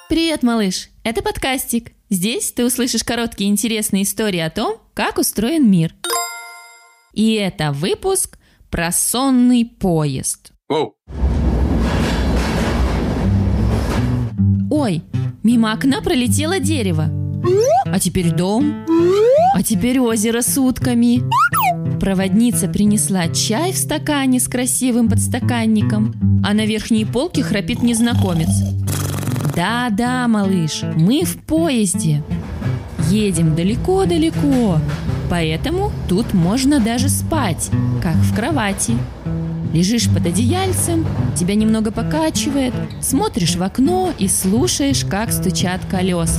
Привет, малыш! Это подкастик. Здесь ты услышишь короткие интересные истории о том, как устроен мир. И это выпуск про сонный поезд. Воу. Ой, мимо окна пролетело дерево. А теперь дом. А теперь озеро с утками. Проводница принесла чай в стакане с красивым подстаканником, а на верхней полке храпит незнакомец. Да-да, малыш, мы в поезде. Едем далеко-далеко, поэтому тут можно даже спать, как в кровати. Лежишь под одеяльцем, тебя немного покачивает, смотришь в окно и слушаешь, как стучат колеса.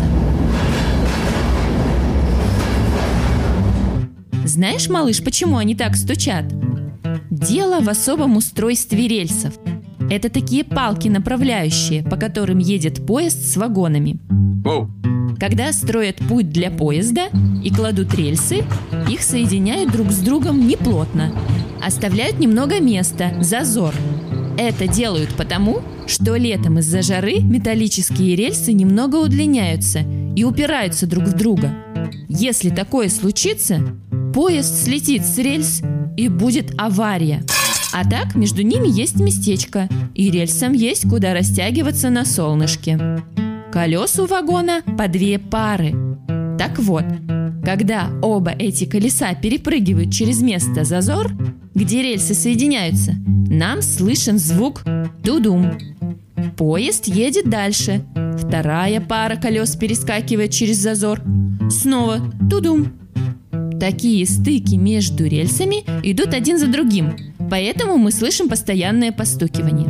Знаешь, малыш, почему они так стучат? Дело в особом устройстве рельсов. Это такие палки направляющие, по которым едет поезд с вагонами. Воу. Когда строят путь для поезда и кладут рельсы, их соединяют друг с другом неплотно. Оставляют немного места, зазор. Это делают потому, что летом из-за жары металлические рельсы немного удлиняются и упираются друг в друга. Если такое случится, поезд слетит с рельс и будет авария. А так между ними есть местечко, и рельсам есть куда растягиваться на солнышке. Колес у вагона по 2 пары. Так вот, когда оба эти колеса перепрыгивают через место зазор, где рельсы соединяются, нам слышен звук «тудум». Поезд едет дальше. 2 пара колес перескакивает через зазор. Снова «тудум». Такие стыки между рельсами идут один за другим, поэтому мы слышим постоянное постукивание.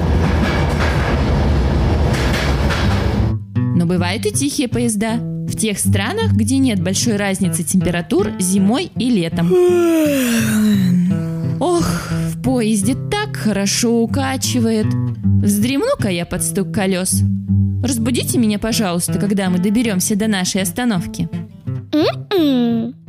Но бывают и тихие поезда в тех странах, где нет большой разницы температур зимой и летом. Ох, в поезде так хорошо укачивает. Вздремну-ка я под стук колес. Разбудите меня, пожалуйста, когда мы доберемся до нашей остановки.